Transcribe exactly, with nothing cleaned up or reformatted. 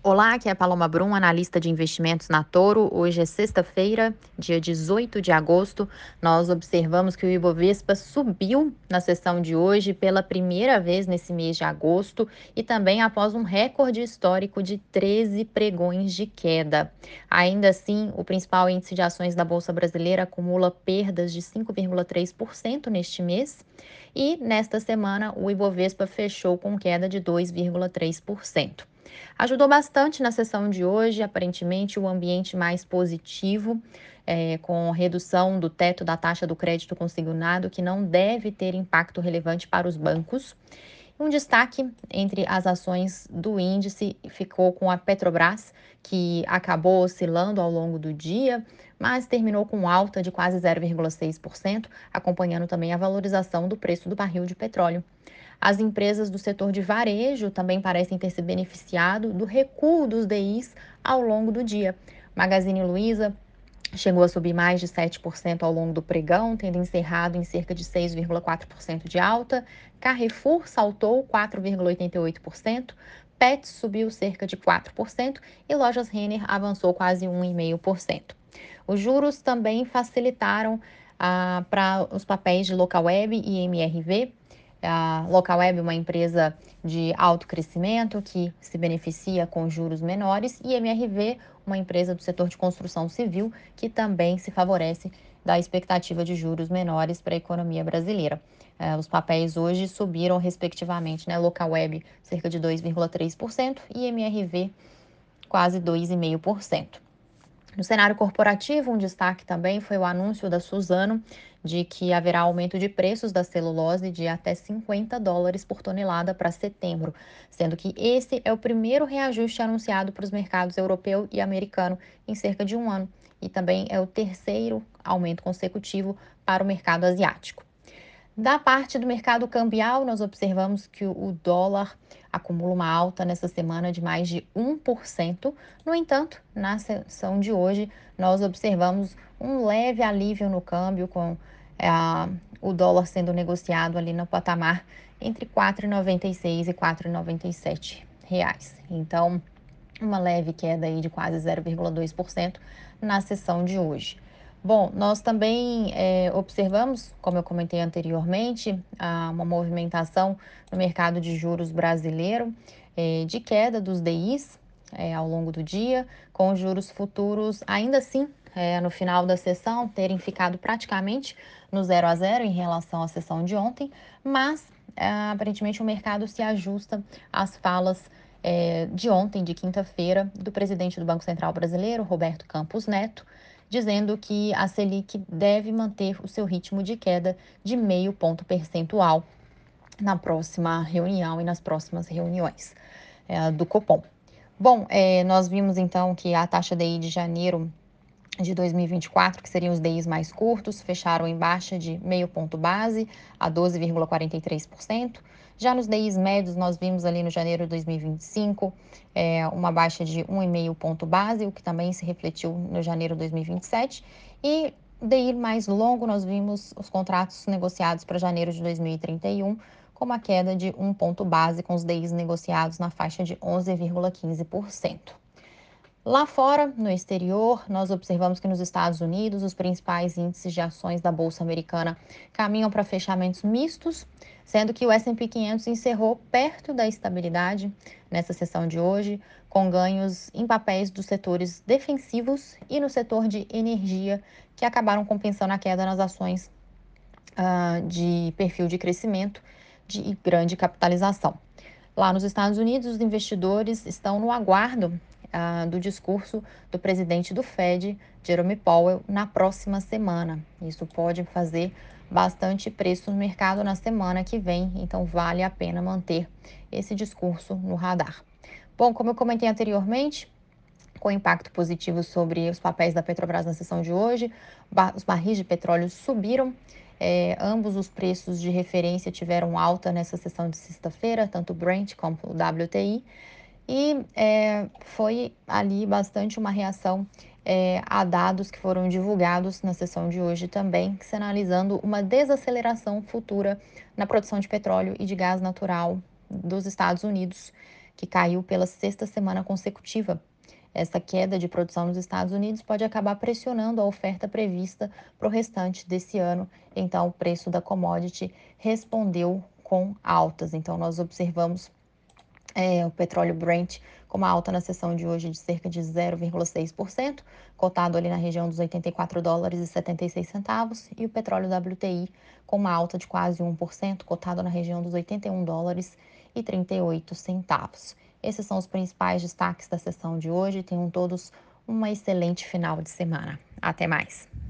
Olá, aqui é a Paloma Brum, analista de investimentos na Toro. Hoje é sexta-feira, dia dezoito de agosto. Nós observamos que o Ibovespa subiu na sessão de hoje pela primeira vez nesse mês de agosto e também após um recorde histórico de treze pregões de queda. Ainda assim, o principal índice de ações da Bolsa Brasileira acumula perdas de cinco vírgula três por cento neste mês e, nesta semana, o Ibovespa fechou com queda de dois vírgula três por cento. Ajudou bastante na sessão de hoje, aparentemente, o ambiente mais positivo, é, com redução do teto da taxa do crédito consignado, que não deve ter impacto relevante para os bancos. Um destaque entre as ações do índice ficou com a Petrobras, que acabou oscilando ao longo do dia, mas terminou com alta de quase zero vírgula seis por cento, acompanhando também a valorização do preço do barril de petróleo. As empresas do setor de varejo também parecem ter se beneficiado do recuo dos D Is ao longo do dia. Magazine Luiza chegou a subir mais de sete por cento ao longo do pregão, tendo encerrado em cerca de seis vírgula quatro por cento de alta. Carrefour saltou quatro vírgula oitenta e oito por cento. Pets subiu cerca de quatro por cento e Lojas Renner avançou quase um vírgula cinco por cento. Os juros também facilitaram ah, para os papéis de Localweb e M R V. A Localweb é uma empresa de alto crescimento que se beneficia com juros menores e M R V, uma empresa do setor de construção civil que também se favorece da expectativa de juros menores para a economia brasileira. Eh, os papéis hoje subiram respectivamente, né? Localweb cerca de dois vírgula três por cento e M R V quase dois vírgula cinco por cento. No cenário corporativo, um destaque também foi o anúncio da Suzano de que haverá aumento de preços da celulose de até cinquenta dólares por tonelada para setembro, sendo que esse é o primeiro reajuste anunciado para os mercados europeu e americano em cerca de um ano, e também é o terceiro aumento consecutivo para o mercado asiático. Da parte do mercado cambial, nós observamos que o dólar acumula uma alta nessa semana de mais de um por cento. No entanto, na sessão de hoje, nós observamos um leve alívio no câmbio, com é, o dólar sendo negociado ali no patamar entre quatro vírgula noventa e seis e quatro vírgula noventa e sete reais. Então, uma leve queda aí de quase zero vírgula dois por cento na sessão de hoje. Bom, nós também é, observamos, como eu comentei anteriormente, uma movimentação no mercado de juros brasileiro, é, de queda dos D Is é, ao longo do dia, com os juros futuros ainda assim, é, no final da sessão, terem ficado praticamente no zero a zero em relação à sessão de ontem, mas é, aparentemente o mercado se ajusta às falas é, de ontem, de quinta-feira, do presidente do Banco Central Brasileiro, Roberto Campos Neto, dizendo que a Selic deve manter o seu ritmo de queda de meio ponto percentual na próxima reunião e nas próximas reuniões é, do Copom. Bom, é, nós vimos então que a taxa D I de janeiro de dois mil e vinte e quatro, que seriam os D Is mais curtos, fecharam em baixa de meio ponto base a doze vírgula quarenta e três por cento. Já nos D Is médios, nós vimos ali no janeiro de dois mil e vinte e cinco é, uma baixa de um vírgula cinco ponto base, o que também se refletiu no janeiro de dois mil e vinte e sete. E D I mais longo, nós vimos os contratos negociados para janeiro de dois mil e trinta e um com uma queda de um ponto base, com os D Is negociados na faixa de onze vírgula quinze por cento. Lá fora, no exterior, nós observamos que nos Estados Unidos, os principais índices de ações da Bolsa Americana caminham para fechamentos mistos, sendo que o S e P quinhentos encerrou perto da estabilidade nessa sessão de hoje, com ganhos em papéis dos setores defensivos e no setor de energia, que acabaram compensando a queda nas ações uh, de perfil de crescimento de grande capitalização. Lá nos Estados Unidos, os investidores estão no aguardo ah, do discurso do presidente do Fed, Jerome Powell, na próxima semana. Isso pode fazer bastante preço no mercado na semana que vem, então vale a pena manter esse discurso no radar. Bom, como eu comentei anteriormente, com impacto positivo sobre os papéis da Petrobras na sessão de hoje, os barris de petróleo subiram. É, ambos os preços de referência tiveram alta nessa sessão de sexta-feira, tanto o Brent como o W T I, e é, foi ali bastante uma reação é, a dados que foram divulgados na sessão de hoje também, sinalizando uma desaceleração futura na produção de petróleo e de gás natural dos Estados Unidos, que caiu pela sexta semana consecutiva. Essa queda de produção nos Estados Unidos pode acabar pressionando a oferta prevista para o restante desse ano. Então, o preço da commodity respondeu com altas. Então, nós observamos é, o petróleo Brent com uma alta na sessão de hoje de cerca de zero vírgula seis por cento, cotado ali na região dos oitenta e quatro dólares e setenta e seis centavos, e o petróleo W T I com uma alta de quase um por cento, cotado na região dos oitenta e um dólares e trinta e oito centavos. Esses são os principais destaques da sessão de hoje. Tenham todos uma excelente final de semana. Até mais.